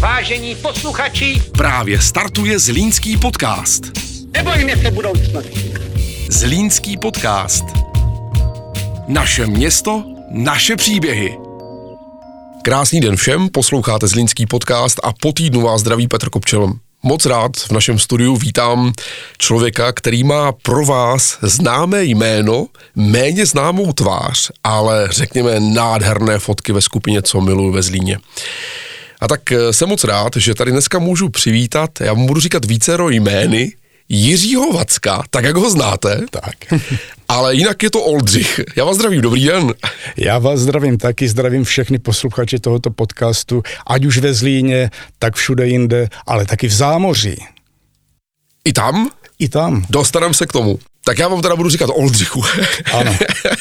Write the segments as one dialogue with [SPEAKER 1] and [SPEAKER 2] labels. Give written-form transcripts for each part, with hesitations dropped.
[SPEAKER 1] Vážení posluchači,
[SPEAKER 2] právě startuje Zlínský podcast.
[SPEAKER 1] nebojme se budoucnosti.
[SPEAKER 2] Zlínský podcast. Naše město, naše příběhy. Krásný den všem, posloucháte Zlínský podcast a po týdnu vás zdraví Petr Kopčel. Moc rád v našem studiu vítám člověka, který má pro vás známé jméno, méně známou tvář, ale řekněme nádherné fotky ve skupině Co miluju ve Zlíně. A tak jsem moc rád, že tady dneska můžu přivítat, já mu budu říkat vícero jmény, Jiřího Vacka, tak jak ho znáte,
[SPEAKER 3] tak.
[SPEAKER 2] Ale jinak je to Oldřich. Já vás zdravím, dobrý den.
[SPEAKER 3] Já vás zdravím taky, zdravím všechny posluchače tohoto podcastu, ať už ve Zlíně, tak všude jinde, ale taky v Zámoří.
[SPEAKER 2] I tam?
[SPEAKER 3] I tam.
[SPEAKER 2] Dostaneme se k tomu. Tak já vám teda budu říkat Oldřichu.
[SPEAKER 3] Ano.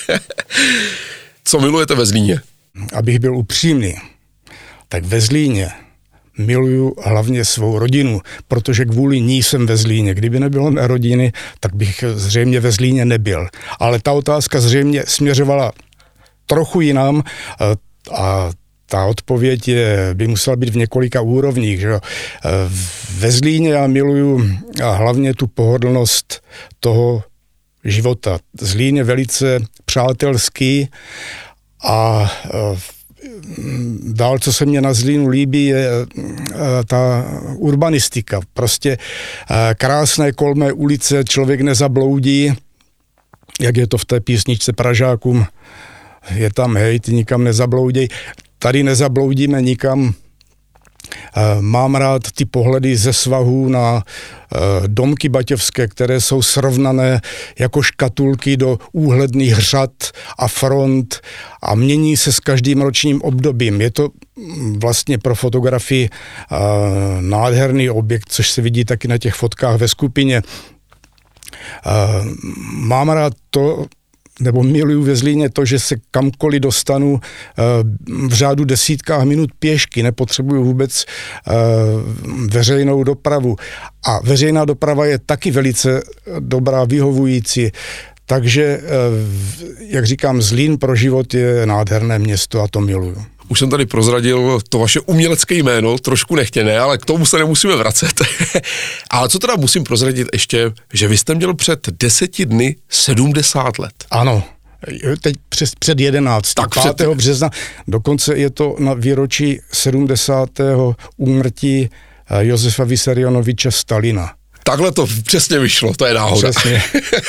[SPEAKER 2] Co milujete ve Zlíně?
[SPEAKER 3] Abych byl upřímný, tak ve Zlíně miluju hlavně svou rodinu, protože kvůli ní jsem ve Zlíně. Kdyby nebylo mé rodiny, tak bych zřejmě ve Zlíně nebyl. Ale ta otázka zřejmě směřovala trochu jinam a ta odpověď by musela být v několika úrovních. Že? Ve Zlíně já miluju hlavně tu pohodlnost toho života. Zlín je velice přátelský a dál, co se mně na Zlínu líbí, je ta urbanistika. Prostě krásné kolmé ulice, člověk nezabloudí, jak je to v té písničce Pražákům, je tam hej, ty nikam nezablouděj. Tady nezabloudíme nikam. Mám rád ty pohledy ze svahů na domky baťovské, které jsou srovnané jako škatulky do úhledných řad a front a mění se s každým ročním obdobím. Je to vlastně pro fotografii nádherný objekt, což se vidí taky na těch fotkách ve skupině. Mám rád to, nebo miluju ve Zlíně to, že se kamkoliv dostanu v řádu desítkách minut pěšky, nepotřebuju vůbec veřejnou dopravu. A veřejná doprava je taky velice dobrá, vyhovující. Takže, jak říkám, Zlín pro život je nádherné město a to miluju.
[SPEAKER 2] Už jsem tady prozradil to vaše umělecké jméno, trošku nechtěné, ale k tomu se nemusíme vracet. Ale co teda musím prozradit ještě, že vy jste měl před 10 dny 70 let.
[SPEAKER 3] Ano, teď před 11. Tak 5. března, dokonce je to na výročí 70. úmrtí Josefa Vissarionoviče Stalina.
[SPEAKER 2] Takhle to přesně vyšlo, to je náhoda.
[SPEAKER 3] Přesně.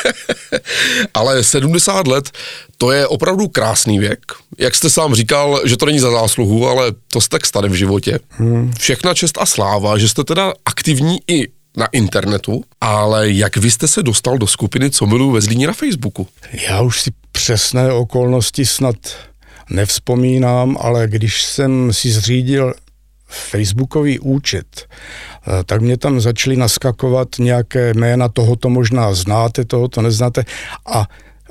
[SPEAKER 2] Ale 70 let, to je opravdu krásný věk. Jak jste sám říkal, že to není za zásluhu, ale to se tak stane v životě. Všechna čest a sláva, že jste teda aktivní i na internetu, ale jak vy jste se dostal do skupiny Co miluju ve Zlíně na Facebooku?
[SPEAKER 3] Já už si přesné okolnosti snad nevzpomínám, ale když jsem si zřídil facebookový účet, tak mě tam začaly naskakovat nějaké jména, tohoto možná znáte, tohoto neznáte a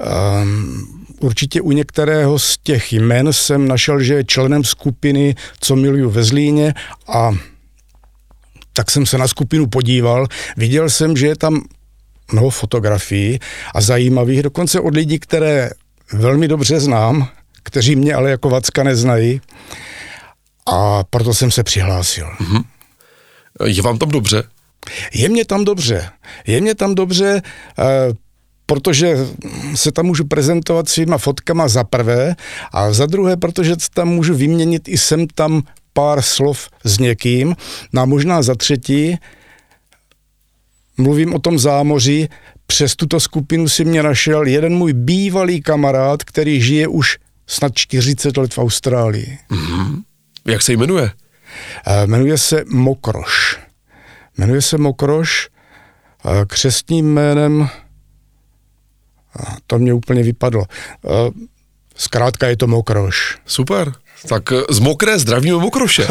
[SPEAKER 3] určitě u některého z těch jmen jsem našel, že je členem skupiny Co miluju ve Zlíně a tak jsem se na skupinu podíval, viděl jsem, že je tam mnoho fotografií a zajímavých, dokonce od lidí, které velmi dobře znám, kteří mě ale jako Vacka neznají. A proto jsem se přihlásil.
[SPEAKER 2] Mm-hmm. Je vám tam dobře?
[SPEAKER 3] Je mě tam dobře, protože se tam můžu prezentovat svýma fotkama za prvé a za druhé, protože tam můžu vyměnit i sem tam pár slov s někým. No a možná za třetí, mluvím o tom Zámoří, přes tuto skupinu si mě našel jeden můj bývalý kamarád, který žije už snad 40 let v Austrálii.
[SPEAKER 2] Mm-hmm. Jak se jmenuje?
[SPEAKER 3] Jmenuje se Mokroš. Křestním jménem, to mě úplně vypadlo. Zkrátka je to Mokroš.
[SPEAKER 2] Super. Tak z Mokré zdravíme Mokroše.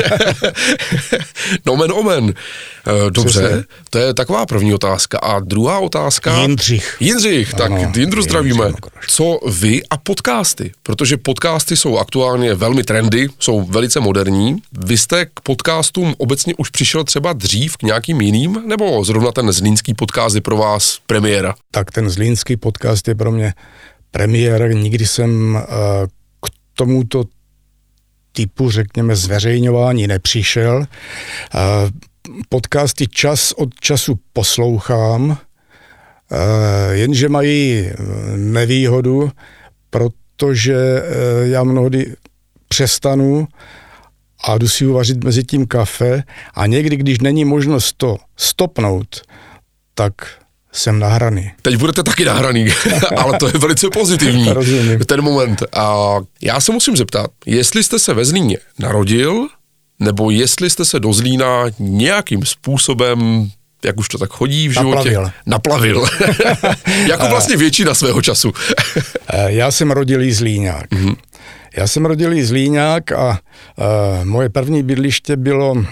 [SPEAKER 2] Nomen omen. Dobře, přesně. To je taková první otázka. A druhá otázka... Jindřich, tak ano, Jindru zdravíme. Co vy a podcasty? Protože podcasty jsou aktuálně velmi trendy, jsou velice moderní. Vy jste k podcastům obecně už přišel třeba dřív k nějakým jiným? Nebo zrovna ten zlínský podcast je pro vás premiéra?
[SPEAKER 3] Tak ten zlínský podcast je pro mě premiéra. Nikdy jsem k tomuto typu, řekněme, zveřejňování nepřišel. Podcasty čas od času poslouchám, jenže mají nevýhodu, protože já mnohdy přestanu a jdu si uvařit mezi tím kafe a někdy, když není možnost to stopnout, tak jsem nahraný.
[SPEAKER 2] Teď budete taky nahraný, ale to je velice pozitivní.
[SPEAKER 3] Rozumím.
[SPEAKER 2] Ten moment. A já se musím zeptat, jestli jste se ve Zlíně narodil, nebo jestli jste se do Zlína nějakým způsobem, jak už to tak chodí v životě, naplavil. Jako vlastně většina svého času.
[SPEAKER 3] Já jsem rodilý Zlíňák. Mm-hmm. Já jsem rodilý Zlíňák a moje první bydliště bylo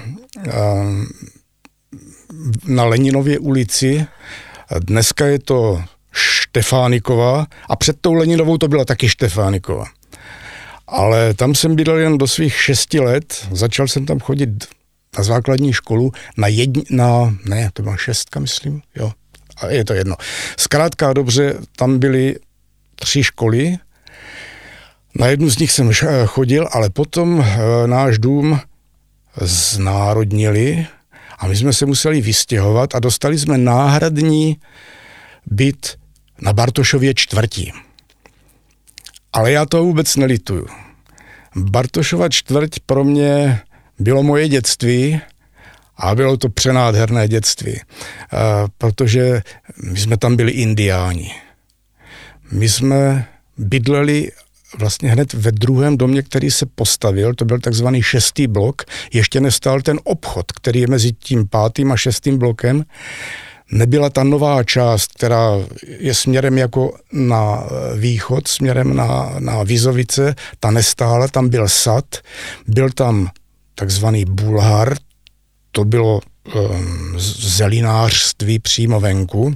[SPEAKER 3] na Leninově ulici. Dneska je to Štefánikova a před tou Leninovou to byla taky Štefánikova. Ale tam jsem bydlel jen do svých 6 let. Začal jsem tam chodit na základní školu to byla 6, myslím, jo. A je to jedno. Zkrátka dobře, tam byly 3 školy. Na jednu z nich jsem chodil, ale potom náš dům znárodnili a my jsme se museli vystěhovat a dostali jsme náhradní byt na Bartošově čtvrti. Ale já to vůbec nelituju. Bartošova čtvrť pro mě bylo moje dětství a bylo to přenádherné dětství, protože my jsme tam byli indiáni. My jsme bydleli vlastně hned ve druhém domě, který se postavil, to byl takzvaný 6. blok, ještě nestál ten obchod, který je mezi tím 5. a 6. blokem. Nebyla ta nová část, která je směrem jako na východ, směrem na Vizovice, ta nestála, tam byl sad, byl tam takzvaný Bulhar, to bylo zelinářství přímo venku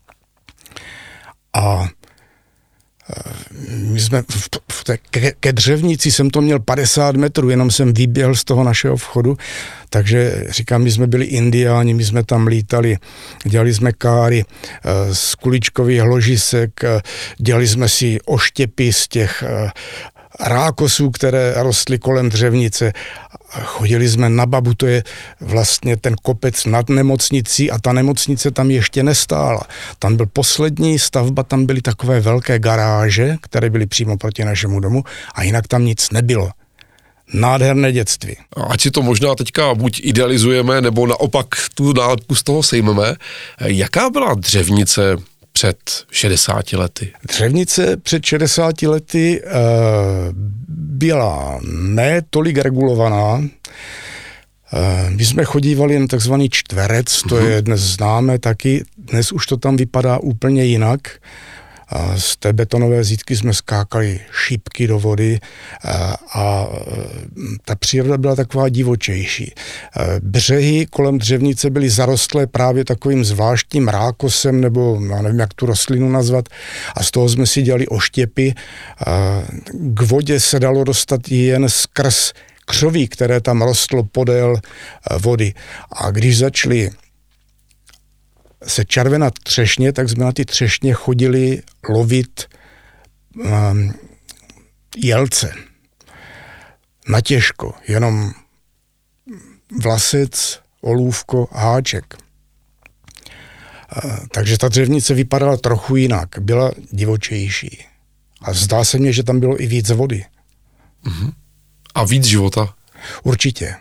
[SPEAKER 3] a my jsme ke Dřevnici jsem to měl 50 metrů, jenom jsem vyběhl z toho našeho vchodu, takže říkám, my jsme byli indiáni, my jsme tam lítali, dělali jsme káry z kuličkových ložisek, dělali jsme si oštěpy z těch rákosů, které rostly kolem Dřevnice. Chodili jsme na Babu, to je vlastně ten kopec nad nemocnicí a ta nemocnice tam ještě nestála. Tam byl poslední stavba, tam byly takové velké garáže, které byly přímo proti našemu domu a jinak tam nic nebylo. Nádherné dětství.
[SPEAKER 2] Ať si to možná teďka buď idealizujeme, nebo naopak tu nálepku z toho sejmeme. Jaká byla Dřevnice před 60 lety?
[SPEAKER 3] Dřevnice před 60 lety byla ne tolik regulovaná. My jsme chodívali jen takzvaný čtverec, to je dnes známé taky. Dnes už to tam vypadá úplně jinak. Z té betonové zítky jsme skákali šípky do vody a ta příroda byla taková divočejší. Břehy kolem Dřevnice byly zarostlé právě takovým zvláštním rákosem, nebo já nevím, jak tu rostlinu nazvat, a z toho jsme si dělali oštěpy. K vodě se dalo dostat jen skrz křoví, které tam rostlo podél vody. A když začaly se červenat třešně, tak jsme na ty třešně chodili lovit jelce. Natěžko, jenom vlasec, olůvko, háček. Takže ta Dřevnice vypadala trochu jinak, byla divočejší. A zdá se mně, že tam bylo i víc vody.
[SPEAKER 2] A víc života?
[SPEAKER 3] Určitě.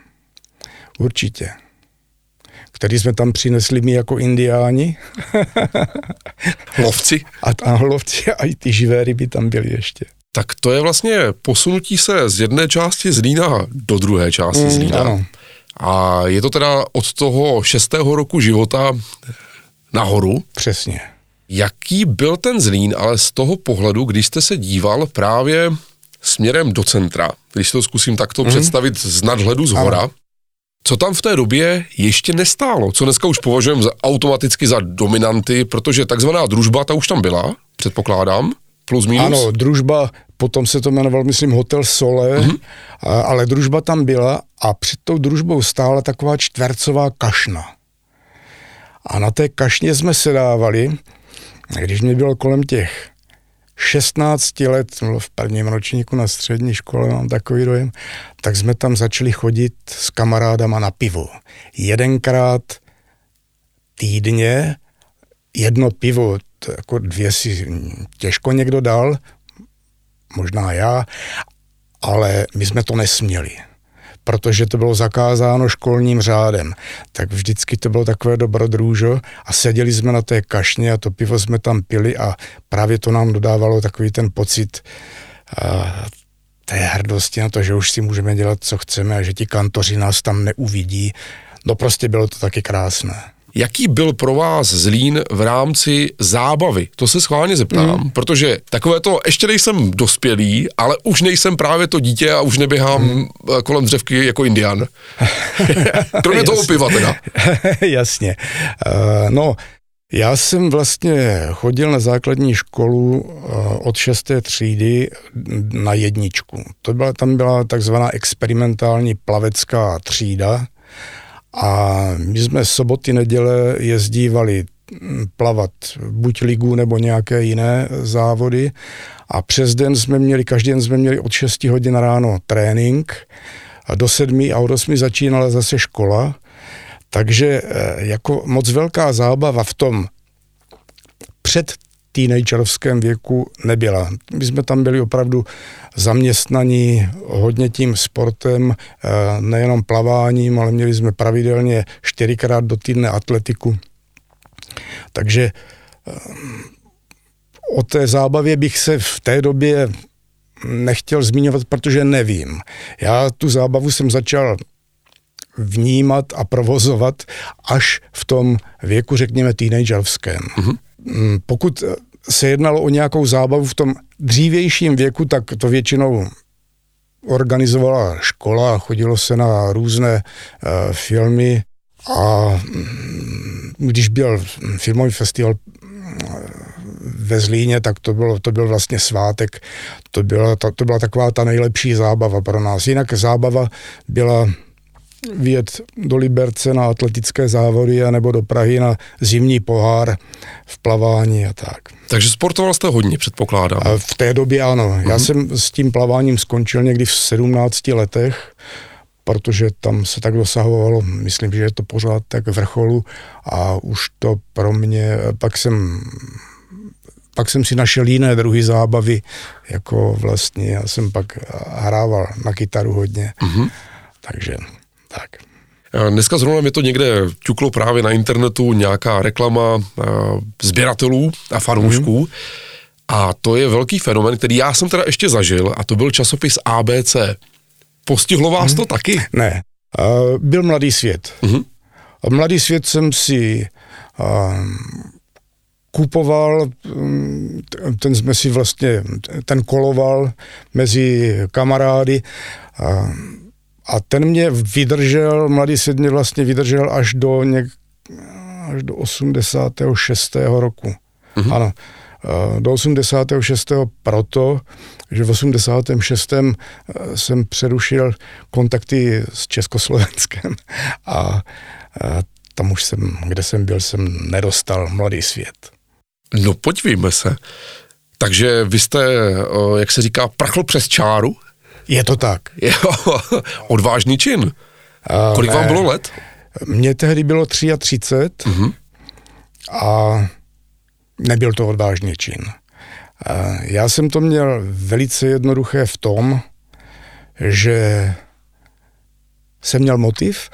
[SPEAKER 3] Který jsme tam přinesli my jako indiáni.
[SPEAKER 2] Lovci?
[SPEAKER 3] Lovci a i ty živé ryby tam byly ještě.
[SPEAKER 2] Tak to je vlastně posunutí se z jedné části Zlína do druhé části Zlína.
[SPEAKER 3] Ano.
[SPEAKER 2] A je to teda od toho 6. roku života nahoru.
[SPEAKER 3] Přesně.
[SPEAKER 2] Jaký byl ten Zlín, ale z toho pohledu, když jste se díval právě směrem do centra, když to zkusím takto představit z nadhledu zhora, ano. Co tam v té době ještě nestálo? Co dneska už považujeme automaticky za dominanty, protože takzvaná Družba, ta už tam byla, předpokládám, plus minus?
[SPEAKER 3] Ano, Družba, potom se to jmenoval, myslím, Hotel Sole, ale Družba tam byla a před tou Družbou stála taková čtvercová kašna. A na té kašně jsme sedávali, když mě bylo kolem těch 16 let, v prvním ročníku na střední škole, mám takový dojem, tak jsme tam začali chodit s kamarádama na pivo. 1krát týdně, 1 pivo, jako 2 si těžko někdo dal, možná já, ale my jsme to nesměli, protože to bylo zakázáno školním řádem. Tak vždycky to bylo takové dobrodružo a seděli jsme na té kašně a to pivo jsme tam pili a právě to nám dodávalo takový ten pocit té hrdosti na to, že už si můžeme dělat, co chceme a že ti kantoři nás tam neuvidí. No prostě bylo to taky krásné.
[SPEAKER 2] Jaký byl pro vás Zlín v rámci zábavy? To se schválně zeptám, protože takové to, ještě nejsem dospělý, ale už nejsem právě to dítě a už neběhám kolem dřevky jako indián. Kromě toho piva teda.
[SPEAKER 3] Jasně. No, já jsem vlastně chodil na základní školu od 6. třídy na 1. Tam byla takzvaná experimentální plavecká třída, a my jsme soboty, neděle jezdívali plavat buď ligu nebo nějaké jiné závody a přes den každý den jsme měli od 6 hodin ráno trénink a do 7 a od 8 začínala zase škola, takže jako moc velká zábava v tom před teenagerovském věku nebyla. My jsme tam byli opravdu zaměstnaní hodně tím sportem, nejenom plaváním, ale měli jsme pravidelně 4krát do týdne atletiku. Takže o té zábavě bych se v té době nechtěl zmiňovat, protože nevím. Já tu zábavu jsem začal vnímat a provozovat až v tom věku, řekněme, teenagerovském. Pokud se jednalo o nějakou zábavu v tom dřívějším věku, tak to většinou organizovala škola, chodilo se na různé filmy a když byl filmový festival ve Zlíně, tak to byl vlastně svátek. To byla taková ta nejlepší zábava pro nás. Jinak zábava byla vyjet do Liberce na atletické závody nebo do Prahy na zimní pohár v plavání a tak.
[SPEAKER 2] Takže sportoval jste hodně, předpokládám. A
[SPEAKER 3] v té době ano. Já jsem s tím plaváním skončil někdy v 17 letech, protože tam se tak dosahovalo, myslím, že je to pořád tak vrcholu a už to pro mě, pak jsem si našel jiné druhy zábavy, jako vlastně já jsem pak hrával na kytaru hodně, takže tak.
[SPEAKER 2] Dneska zrovna mi to někde ťuklo právě na internetu nějaká reklama sběratelů a fanoušků a to je velký fenomén, který já jsem teda ještě zažil a to byl časopis ABC. Postihlo vás to taky?
[SPEAKER 3] Ne. Byl Mladý svět. Mladý svět jsem si kupoval, ten koloval mezi kamarády a ten mě vydržel, Mladý svět mě vlastně vydržel až do 86. roku. Ano, do 86. proto, že v 86. jsem přerušil kontakty s Československem a tam už kde jsem byl, jsem nedostal Mladý svět.
[SPEAKER 2] No podívejme se. Takže vy jste, jak se říká, prchl přes čáru?
[SPEAKER 3] Je to tak.
[SPEAKER 2] Jo, odvážný čin. Kolik vám bylo let?
[SPEAKER 3] Mně tehdy bylo 33 a nebyl to odvážný čin. Já jsem to měl velice jednoduché v tom, že jsem měl motiv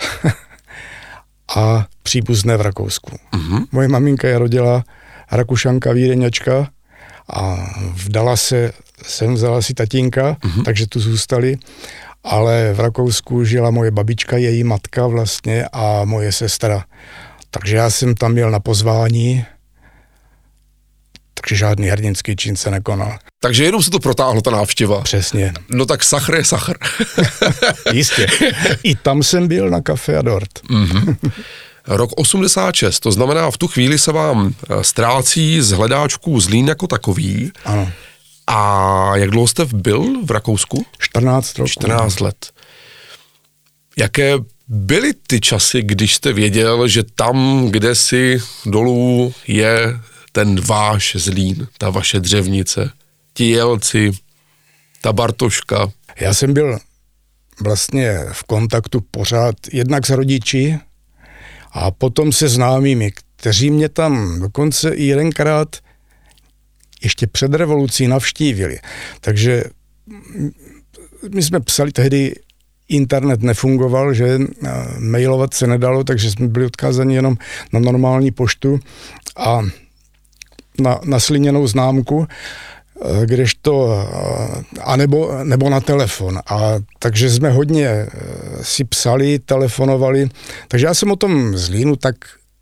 [SPEAKER 3] a příbuzné v Rakousku. Moje maminka je rodila Rakušanka, Vídeňačka a vzala si tatínka, takže tu zůstali, ale v Rakousku žila moje babička, její matka vlastně a moje sestra. Takže já jsem tam měl na pozvání, takže žádný hrdinský čin se nekonal.
[SPEAKER 2] Takže jenom se to protáhlo, ta návštěva.
[SPEAKER 3] Přesně.
[SPEAKER 2] No tak sachr je sachr.
[SPEAKER 3] Jistě. I tam jsem byl na Café a Dort.
[SPEAKER 2] Rok 86, to znamená, v tu chvíli se vám ztrácí z hledáčků Zlín jako takový.
[SPEAKER 3] Ano.
[SPEAKER 2] A jak dlouho jste byl v Rakousku?
[SPEAKER 3] 14 roků.
[SPEAKER 2] 14 let. Jaké byly ty časy, když jste věděl, že tam, kde si dolů je ten váš Zlín, ta vaše Dřevnice? ti Jelci, ta Bartoška.
[SPEAKER 3] Já jsem byl vlastně v kontaktu pořád jednak s rodiči a potom se známými, kteří mě tam dokonce i jedenkrát ještě před revolucí navštívili. Takže my jsme psali, tehdy internet nefungoval, že mailovat se nedalo, takže jsme byli odkázáni jenom na normální poštu a na sliněnou známku, nebo na telefon. A takže jsme hodně si psali, telefonovali. Takže já jsem o tom Zlínu tak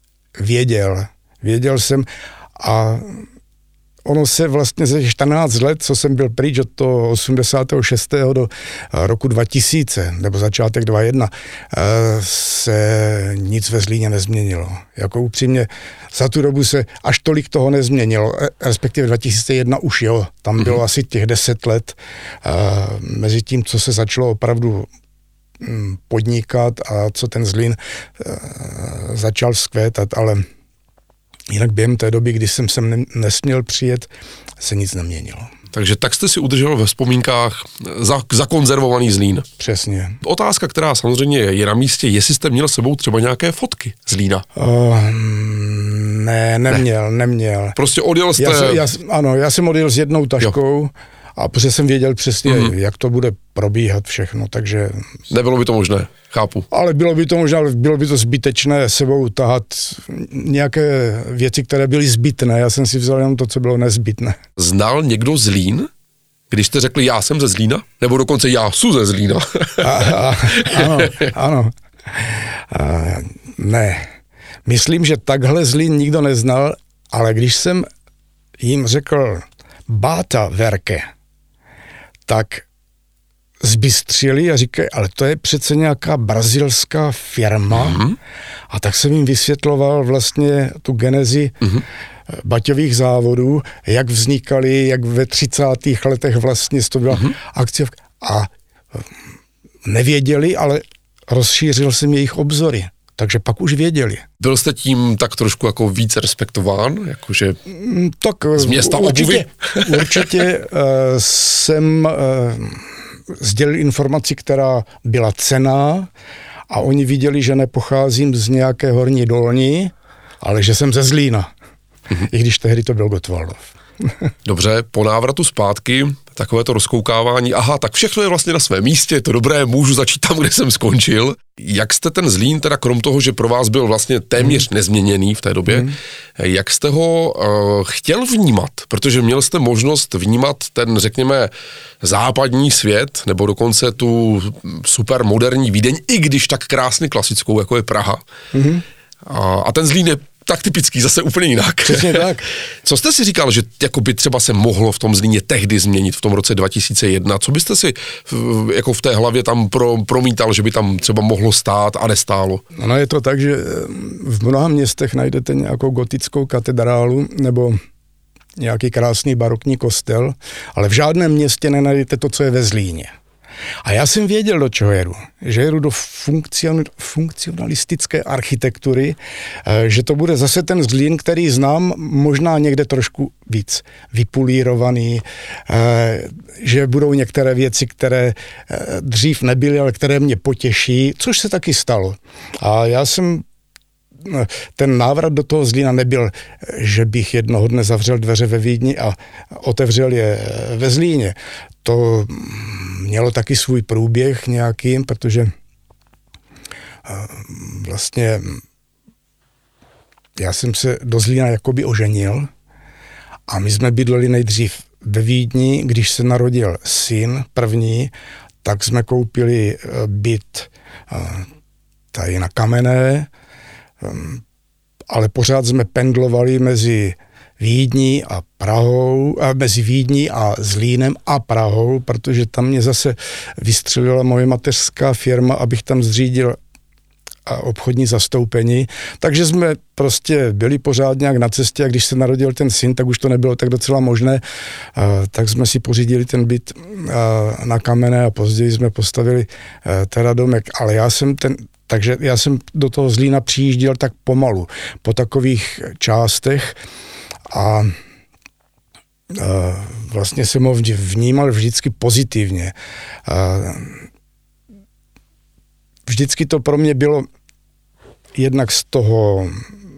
[SPEAKER 3] věděl jsem a ono se vlastně ze 14 let, co jsem byl pryč od toho 86. do roku 2000, nebo začátek 2001, se nic ve Zlíně nezměnilo. Jako upřímně, za tu dobu se až tolik toho nezměnilo, respektive 2001 už jo, tam bylo asi těch 10 let mezi tím, co se začalo opravdu podnikat a co ten Zlín začal vzkvétat, ale jinak během té doby, kdy jsem sem nesměl přijet, se nic neměnilo.
[SPEAKER 2] Takže tak jste si udržel ve vzpomínkách zakonzervovaný Zlín.
[SPEAKER 3] Přesně.
[SPEAKER 2] Otázka, která samozřejmě je na místě, jestli jste měl s sebou třeba nějaké fotky Zlína? Neměl. Prostě odjel jste...
[SPEAKER 3] Já jsem odjel s jednou taškou, jo. A protože jsem věděl přesně, jak to bude probíhat všechno, takže...
[SPEAKER 2] Nebylo by to možné, chápu.
[SPEAKER 3] Ale bylo by to možná, bylo by to zbytečné sebou tahat nějaké věci, které byly zbytné. Já jsem si vzal jenom to, co bylo nezbytné.
[SPEAKER 2] Znal někdo Zlín, když jste řekli, já jsem ze Zlína? Nebo dokonce já jsem ze Zlína?
[SPEAKER 3] Ano. Ne. Myslím, že takhle Zlín nikdo neznal, ale když jsem jim řekl Báta Verke, tak zbystřili a říkají, ale to je přece nějaká brazilská firma. A tak jsem jim vysvětloval vlastně tu genezi baťových závodů, jak vznikaly, jak ve 30. letech vlastně to byla akce. A nevěděli, ale rozšířil jsem jejich obzory. Takže pak už věděli.
[SPEAKER 2] Byl jste tím tak trošku jako víc respektován? Jakože
[SPEAKER 3] tak
[SPEAKER 2] z města obuvy?
[SPEAKER 3] Určitě jsem sdělil informaci, která byla cenná a oni viděli, že nepocházím z nějaké Horní Dolní, ale že jsem ze Zlína. I když tehdy to byl Gottwaldov.
[SPEAKER 2] Dobře, po návratu zpátky, takové to rozkoukávání, tak všechno je vlastně na svém místě, je to dobré, můžu začít tam, kde jsem skončil. Jak jste ten Zlín, teda krom toho, že pro vás byl vlastně téměř nezměněný v té době, jak jste ho chtěl vnímat? Protože měl jste možnost vnímat ten, řekněme, západní svět, nebo dokonce tu super moderní Vídeň, i když tak krásně klasickou, jako je Praha. A ten Zlín je tak typický, zase úplně jinak.
[SPEAKER 3] Přesně tak.
[SPEAKER 2] Co jste si říkal, že jako by třeba se mohlo v tom Zlíně tehdy změnit v tom roce 2001? Co byste si jako v té hlavě tam promítal, že by tam třeba mohlo stát a nestálo?
[SPEAKER 3] No je to tak, že v mnoha městech najdete nějakou gotickou katedrálu nebo nějaký krásný barokní kostel, ale v žádném městě nenajdete to, co je ve Zlíně. A já jsem věděl, do čeho jedu. Že jedu do funkcionalistické architektury, že to bude zase ten Zlín, který znám, možná někde trošku víc vypulírovaný, že budou některé věci, které dřív nebyly, ale které mě potěší, což se taky stalo. A já jsem ten návrat do toho Zlína nebyl, že bych jednoho dne zavřel dveře ve Vídni a otevřel je ve Zlíně. To mělo taky svůj průběh nějakým, protože vlastně já jsem se do Zlína jakoby oženil a my jsme bydleli nejdřív ve Vídni, když se narodil syn první, tak jsme koupili byt tady na Kamenné, ale pořád jsme pendlovali mezi Vídní a Prahou, mezi Vídní a Zlínem a Prahou, protože tam mě zase vystřelila moje mateřská firma, abych tam zřídil obchodní zastoupení. Takže jsme prostě byli pořád nějak na cestě a když se narodil ten syn, tak už to nebylo tak docela možné. Tak jsme si pořídili ten byt na Kamenné a později jsme postavili teda domek. Ale takže já jsem do toho Zlína přijížděl tak pomalu, po takových částech a vlastně jsem ho vnímal vždycky pozitivně. Vždycky to pro mě bylo jednak z toho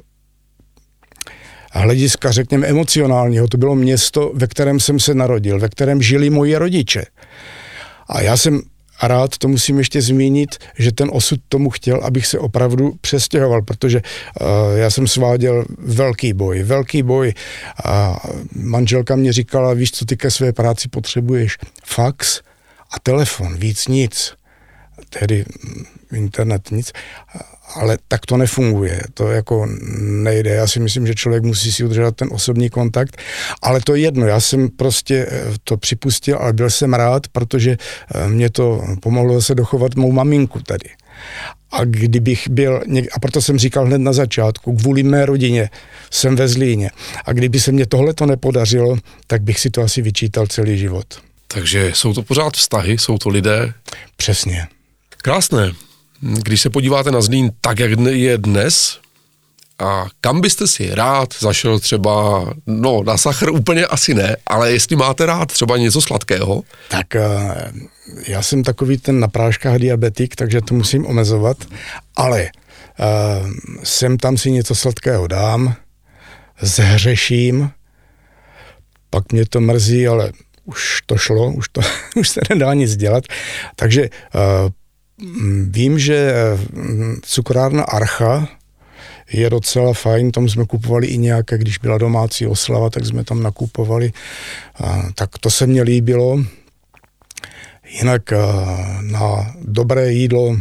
[SPEAKER 3] hlediska, řekněme, emocionálního. To bylo město, ve kterém jsem se narodil, ve kterém žili moji rodiče. A já jsem rád, to musím ještě zmínit, že ten osud tomu chtěl, abych se opravdu přestěhoval, protože já jsem sváděl velký boj. A manželka mě říkala, víš, co ty ke své práci potřebuješ? Fax a telefon, víc nic. Tehdy internet nic, ale tak to nefunguje, to jako nejde. Já si myslím, že člověk musí si udržet ten osobní kontakt, ale to je jedno, já jsem prostě to připustil, ale byl jsem rád, protože mě to pomohlo se dochovat mou maminku tady. A kdybych byl, a proto jsem říkal hned na začátku, kvůli mé rodině jsem ve Zlíně. A kdyby se mně tohleto nepodařilo, tak bych si to asi vyčítal celý život.
[SPEAKER 2] Takže jsou to pořád vztahy, jsou to lidé?
[SPEAKER 3] Přesně.
[SPEAKER 2] Krásné. Když se podíváte na Zlín tak, jak je dnes, a kam byste si rád zašel třeba, no na sachr úplně asi ne, ale jestli máte rád třeba něco sladkého?
[SPEAKER 3] Tak já jsem takový ten na práškách diabetik, takže to musím omezovat, ale sem tam si něco sladkého dám, zhřeším, pak mě to mrzí, ale už to šlo, už se nedá nic dělat, takže vím, že cukrárna Archa je docela fajn, tam jsme kupovali i nějaké, když byla domácí oslava, tak jsme tam nakupovali, tak to se mně líbilo. Jinak na dobré jídlo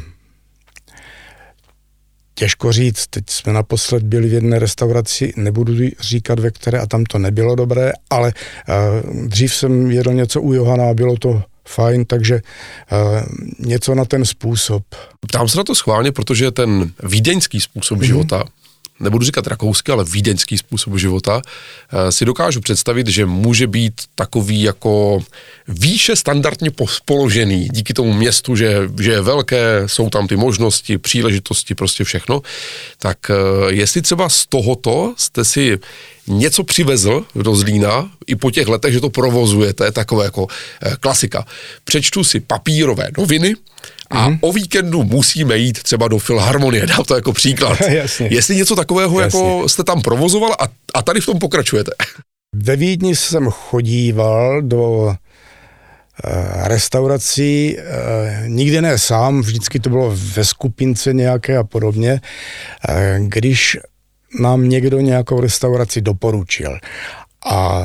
[SPEAKER 3] těžko říct, teď jsme naposled byli v jedné restauraci, nebudu říkat ve které, a tam to nebylo dobré, ale dřív jsem jedl něco u Johana a bylo to fajn, takže něco na ten způsob.
[SPEAKER 2] Ptám se na to schválně, protože ten vídeňský způsob života, nebudu říkat rakouský, ale vídeňský způsob života, si dokážu představit, že může být takový jako výše standardně položený díky tomu městu, že je velké, jsou tam ty možnosti, příležitosti, prostě všechno. Tak jestli třeba z tohoto jste si něco přivezl do Zlína i po těch letech, že to provozujete, takové jako klasika. Přečtu si papírové noviny a o víkendu musíme jít třeba do Filharmonie, dám to jako příklad.
[SPEAKER 3] Jasně.
[SPEAKER 2] Jestli něco takového jako jste tam provozoval a tady v tom pokračujete.
[SPEAKER 3] Ve Vídni jsem chodíval do restaurací, nikdy ne sám, vždycky to bylo ve skupince nějaké a podobně, když nám někdo nějakou restauraci doporučil. A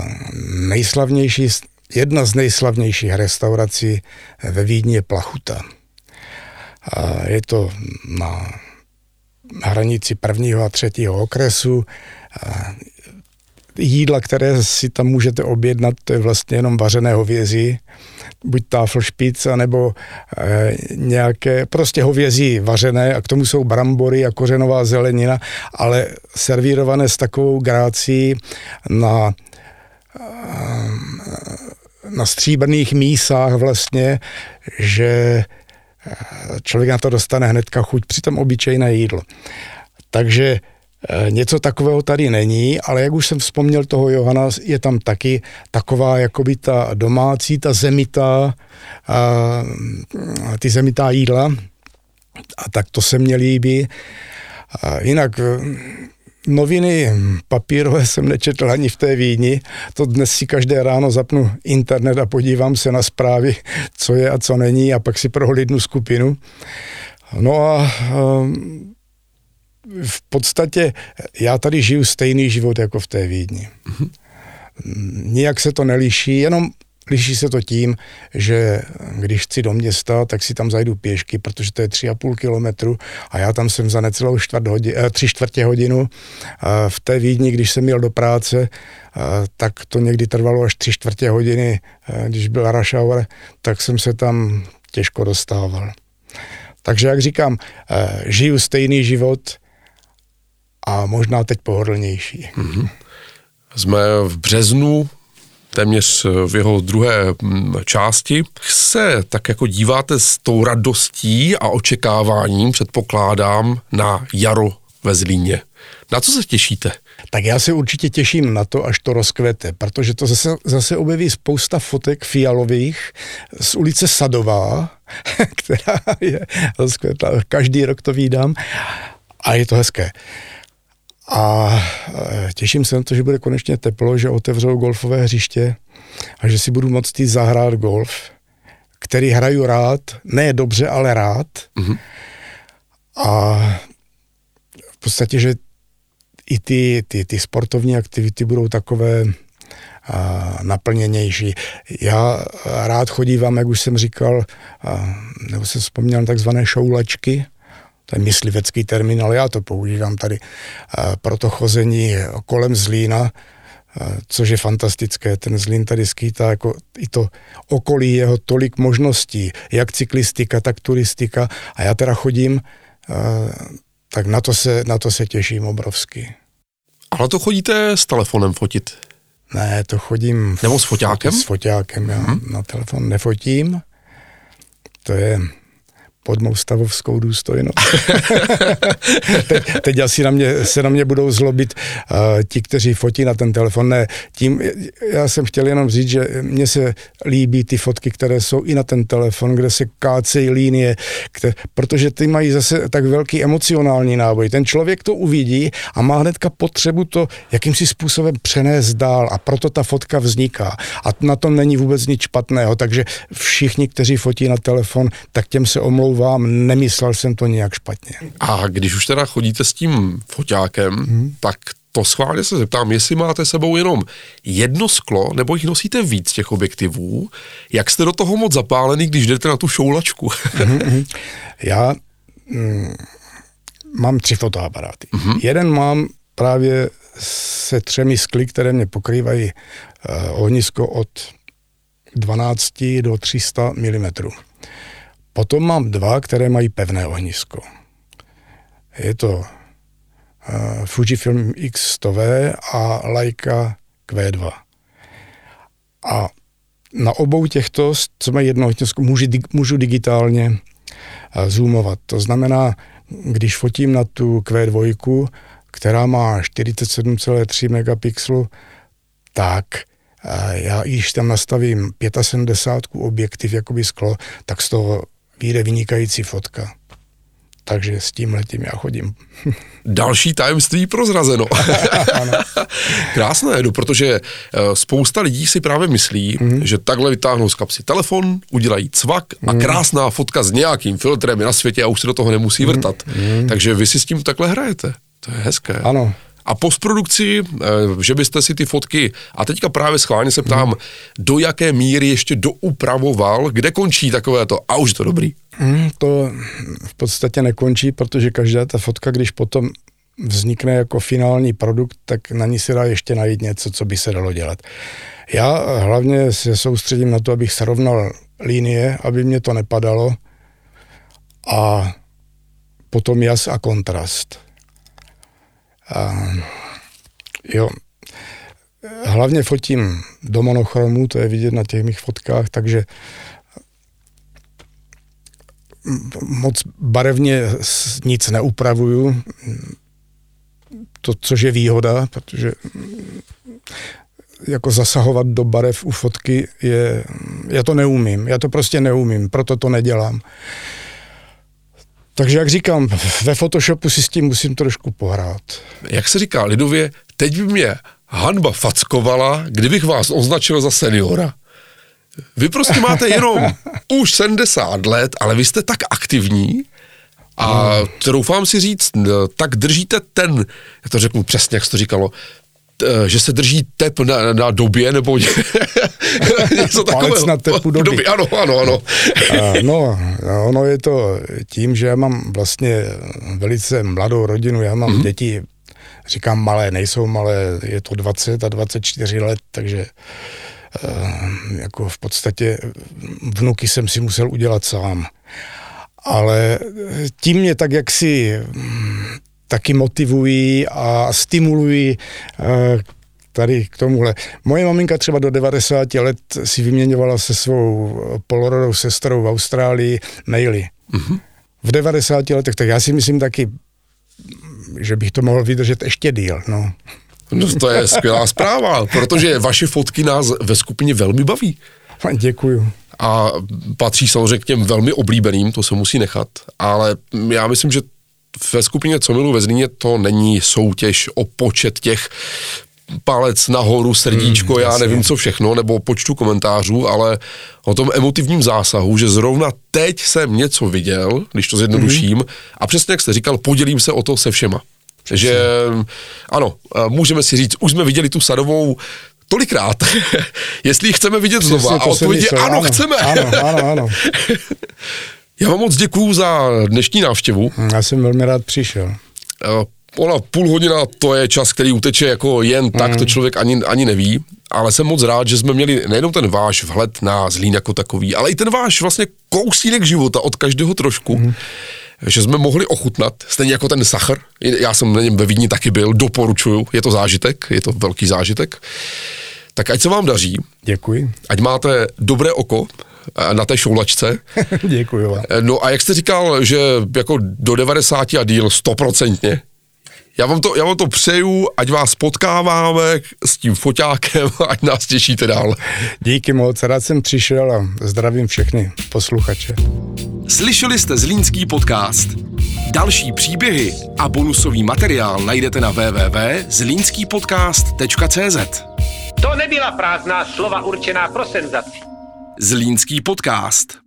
[SPEAKER 3] jedna z nejslavnějších restaurací ve Vídni je Plachuta. Je to na hranici 1. a 3. okresu. Jídla, které si tam můžete objednat, to je vlastně jenom vařené hovězí, buď táflšpic, nebo nějaké prostě hovězí vařené, a k tomu jsou brambory a kořenová zelenina, ale servírované s takovou grácií na stříbrných mísách vlastně, že člověk na to dostane hnedka chuť, přitom obyčejné jídlo. Takže něco takového tady není, ale jak už jsem vzpomněl toho Johana, je tam taky taková jakoby ta domácí, ta zemitá, ty zemitá jídla, a tak to se mně líbí. Jinak noviny papírové jsem nečetl ani v té Vídni, to dnes si každé ráno zapnu internet a podívám se na zprávy, co je a co není, a pak si prohlídnu skupinu. No a v podstatě já tady žiju stejný život jako v té Vídni. Nijak se to neliší, jenom liší se to tím, že když chci do města, tak si tam zajdu pěšky, protože to je 3,5 kilometru a já tam jsem za necelou 3/4 hodinu. V té Vídni, když jsem jel do práce, tak to někdy trvalo až 3/4 hodiny, když byl rush hour, tak jsem se tam těžko dostával. Takže jak říkám, žiju stejný život a možná teď pohodlnější.
[SPEAKER 2] Jsme v březnu, téměř v jeho druhé části. Se tak jako díváte s tou radostí a očekáváním, předpokládám, na jaro ve Zlíně. Na co se těšíte?
[SPEAKER 3] Tak já se určitě těším na to, až to rozkvete, protože to zase objeví spousta fotek fialových z ulice Sadová, která je rozkvetla. Každý rok to vídám a je to hezké. A těším se na to, že bude konečně teplo, že otevřou golfové hřiště a že si budu moct jít zahrát golf, který hraju rád, ne dobře, ale rád. Mm-hmm. A v podstatě, že i ty sportovní aktivity budou takové naplněnější. Já rád chodívám, jak už jsem říkal, nebo jsem vzpomněl na takzvané šoulačky, to je myslivecký termín, ale já to používám tady pro to chození kolem Zlína, což je fantastické. Ten Zlín tady skýtá jako i to okolí jeho tolik možností, jak cyklistika, tak turistika. A já teda chodím, tak na to se těším obrovsky.
[SPEAKER 2] Ale to chodíte s telefonem fotit?
[SPEAKER 3] Ne, to chodím...
[SPEAKER 2] Nebo s foťákem?
[SPEAKER 3] S foťákem, já na telefon nefotím. To je pod mou stavovskou důstojnost. teď asi se na mě budou zlobit ti, kteří fotí na ten telefon. Ne, tím já jsem chtěl jenom říct, že mně se líbí ty fotky, které jsou i na ten telefon, kde se kácejí linie, protože ty mají zase tak velký emocionální náboj. Ten člověk to uvidí a má hnedka potřebu to jakýmsi způsobem přenést dál a proto ta fotka vzniká. A na tom není vůbec nic špatného, takže všichni, kteří fotí na telefon, tak těm se omlouvám, nemyslel jsem to nějak špatně.
[SPEAKER 2] A když už teda chodíte s tím foťákem, tak to schválně se zeptám, jestli máte sebou jenom jedno sklo, nebo jich nosíte víc těch objektivů, jak jste do toho moc zapálený, když jdete na tu šoulačku?
[SPEAKER 3] Já mám 3 fotoaparáty. Jeden mám právě se 3 skly, které mě pokrývají ohnisko od 12 do 300 mm. Potom mám 2, které mají pevné ohnisko. Je to Fujifilm X100V a Leica Q2. A na obou těchto, co mají jedno ohnisko, můžu digitálně zoomovat. To znamená, když fotím na tu Q2, která má 47,3 megapixelu, tak já když tam nastavím 75 objektiv, jakoby sklo, tak z toho vyjde vynikající fotka. Takže s tímhletím já chodím.
[SPEAKER 2] Další tajemství prozrazeno. Krásné, protože spousta lidí si právě myslí, že takhle vytáhnou z kapsy telefon, udělají cvak a krásná fotka s nějakým filtrem je na světě a už se do toho nemusí vrtat. Takže vy si s tím takhle hrajete. To je hezké.
[SPEAKER 3] Ano.
[SPEAKER 2] A postprodukci, že byste si ty fotky, a teďka právě schválně se ptám, do jaké míry ještě doupravoval, kde končí takové to, a už je to dobrý?
[SPEAKER 3] To v podstatě nekončí, protože každá ta fotka, když potom vznikne jako finální produkt, tak na ní se dá ještě najít něco, co by se dalo dělat. Já hlavně se soustředím na to, abych srovnal linie, aby mě to nepadalo, a potom jas a kontrast. Jo, hlavně fotím do monochromu, to je vidět na těch mých fotkách, takže moc barevně nic neupravuju, což je výhoda, protože jako zasahovat do barev u fotky já to neumím, já to prostě neumím, proto to nedělám. Takže jak říkám, ve Photoshopu si s tím musím trošku pohrát.
[SPEAKER 2] Jak se říká lidově, teď by mě hanba fackovala, kdybych vás označil za seniora. Vy prostě máte jenom už 70 let, ale vy jste tak aktivní a troufám si říct, tak držíte ten, já to řeknu přesně, jak jsi to říkalo, že se drží tep na době, nebo něco takového.
[SPEAKER 3] Palec na tepu doby.
[SPEAKER 2] Ano.
[SPEAKER 3] No, ono je to tím, že já mám vlastně velice mladou rodinu, já mám děti, říkám malé, nejsou malé, je to 20 a 24 let, takže jako v podstatě vnuky jsem si musel udělat sám. Ale tím mě tak jaksi taky motivují a stimulují tady k tomuhle. Moje maminka třeba do 90 let si vyměňovala se svou polorodou sestrou v Austrálii maily. V 90 letech, tak já si myslím taky že bych to mohl vydržet ještě díl, no.
[SPEAKER 2] No to je skvělá zpráva, protože vaše fotky nás ve skupině velmi baví.
[SPEAKER 3] Děkuju.
[SPEAKER 2] A patří samozřejmě k těm velmi oblíbeným, to se musí nechat, ale já myslím, že ve skupině Co miluji ve Zlíně to není soutěž o počet těch palec nahoru, srdíčko, já nevím co všechno, nebo počtu komentářů, ale o tom emotivním zásahu, že zrovna teď jsem něco viděl, když to zjednoduším, a přesně jak jste říkal, podělím se o to se všema. Přesně. Že ano, můžeme si říct, už jsme viděli tu Sadovou tolikrát, jestli ji chceme vidět znova, a odpověď je ano, chceme.
[SPEAKER 3] Ano.
[SPEAKER 2] Já vám moc děkuju za dnešní návštěvu.
[SPEAKER 3] Já jsem velmi rád přišel.
[SPEAKER 2] Ona půl hodina, to je čas, který uteče jako jen tak, to člověk ani neví, ale jsem moc rád, že jsme měli nejenom ten váš vhled na Zlín jako takový, ale i ten váš vlastně kousínek života od každého trošku, že jsme mohli ochutnat, stejně jako ten Sachr, já jsem na něm ve Vídni taky byl, doporučuju, je to zážitek, je to velký zážitek, tak ať se vám daří.
[SPEAKER 3] Děkuji.
[SPEAKER 2] Ať máte dobré oko na té šoulačce.
[SPEAKER 3] Děkuji vám.
[SPEAKER 2] No a jak jste říkal, že jako do 90 a díl 100%, já vám to přeju, ať vás potkáváme s tím foťákem, ať nás těšíte dál.
[SPEAKER 3] Díky moc, rád jsem přišel a zdravím všechny posluchače.
[SPEAKER 2] Slyšeli jste Zlínský podcast. Další příběhy a bonusový materiál najdete na www.zlínskýpodcast.cz.
[SPEAKER 1] To nebyla prázdná slova určená pro senzaci.
[SPEAKER 2] Zlínský podcast.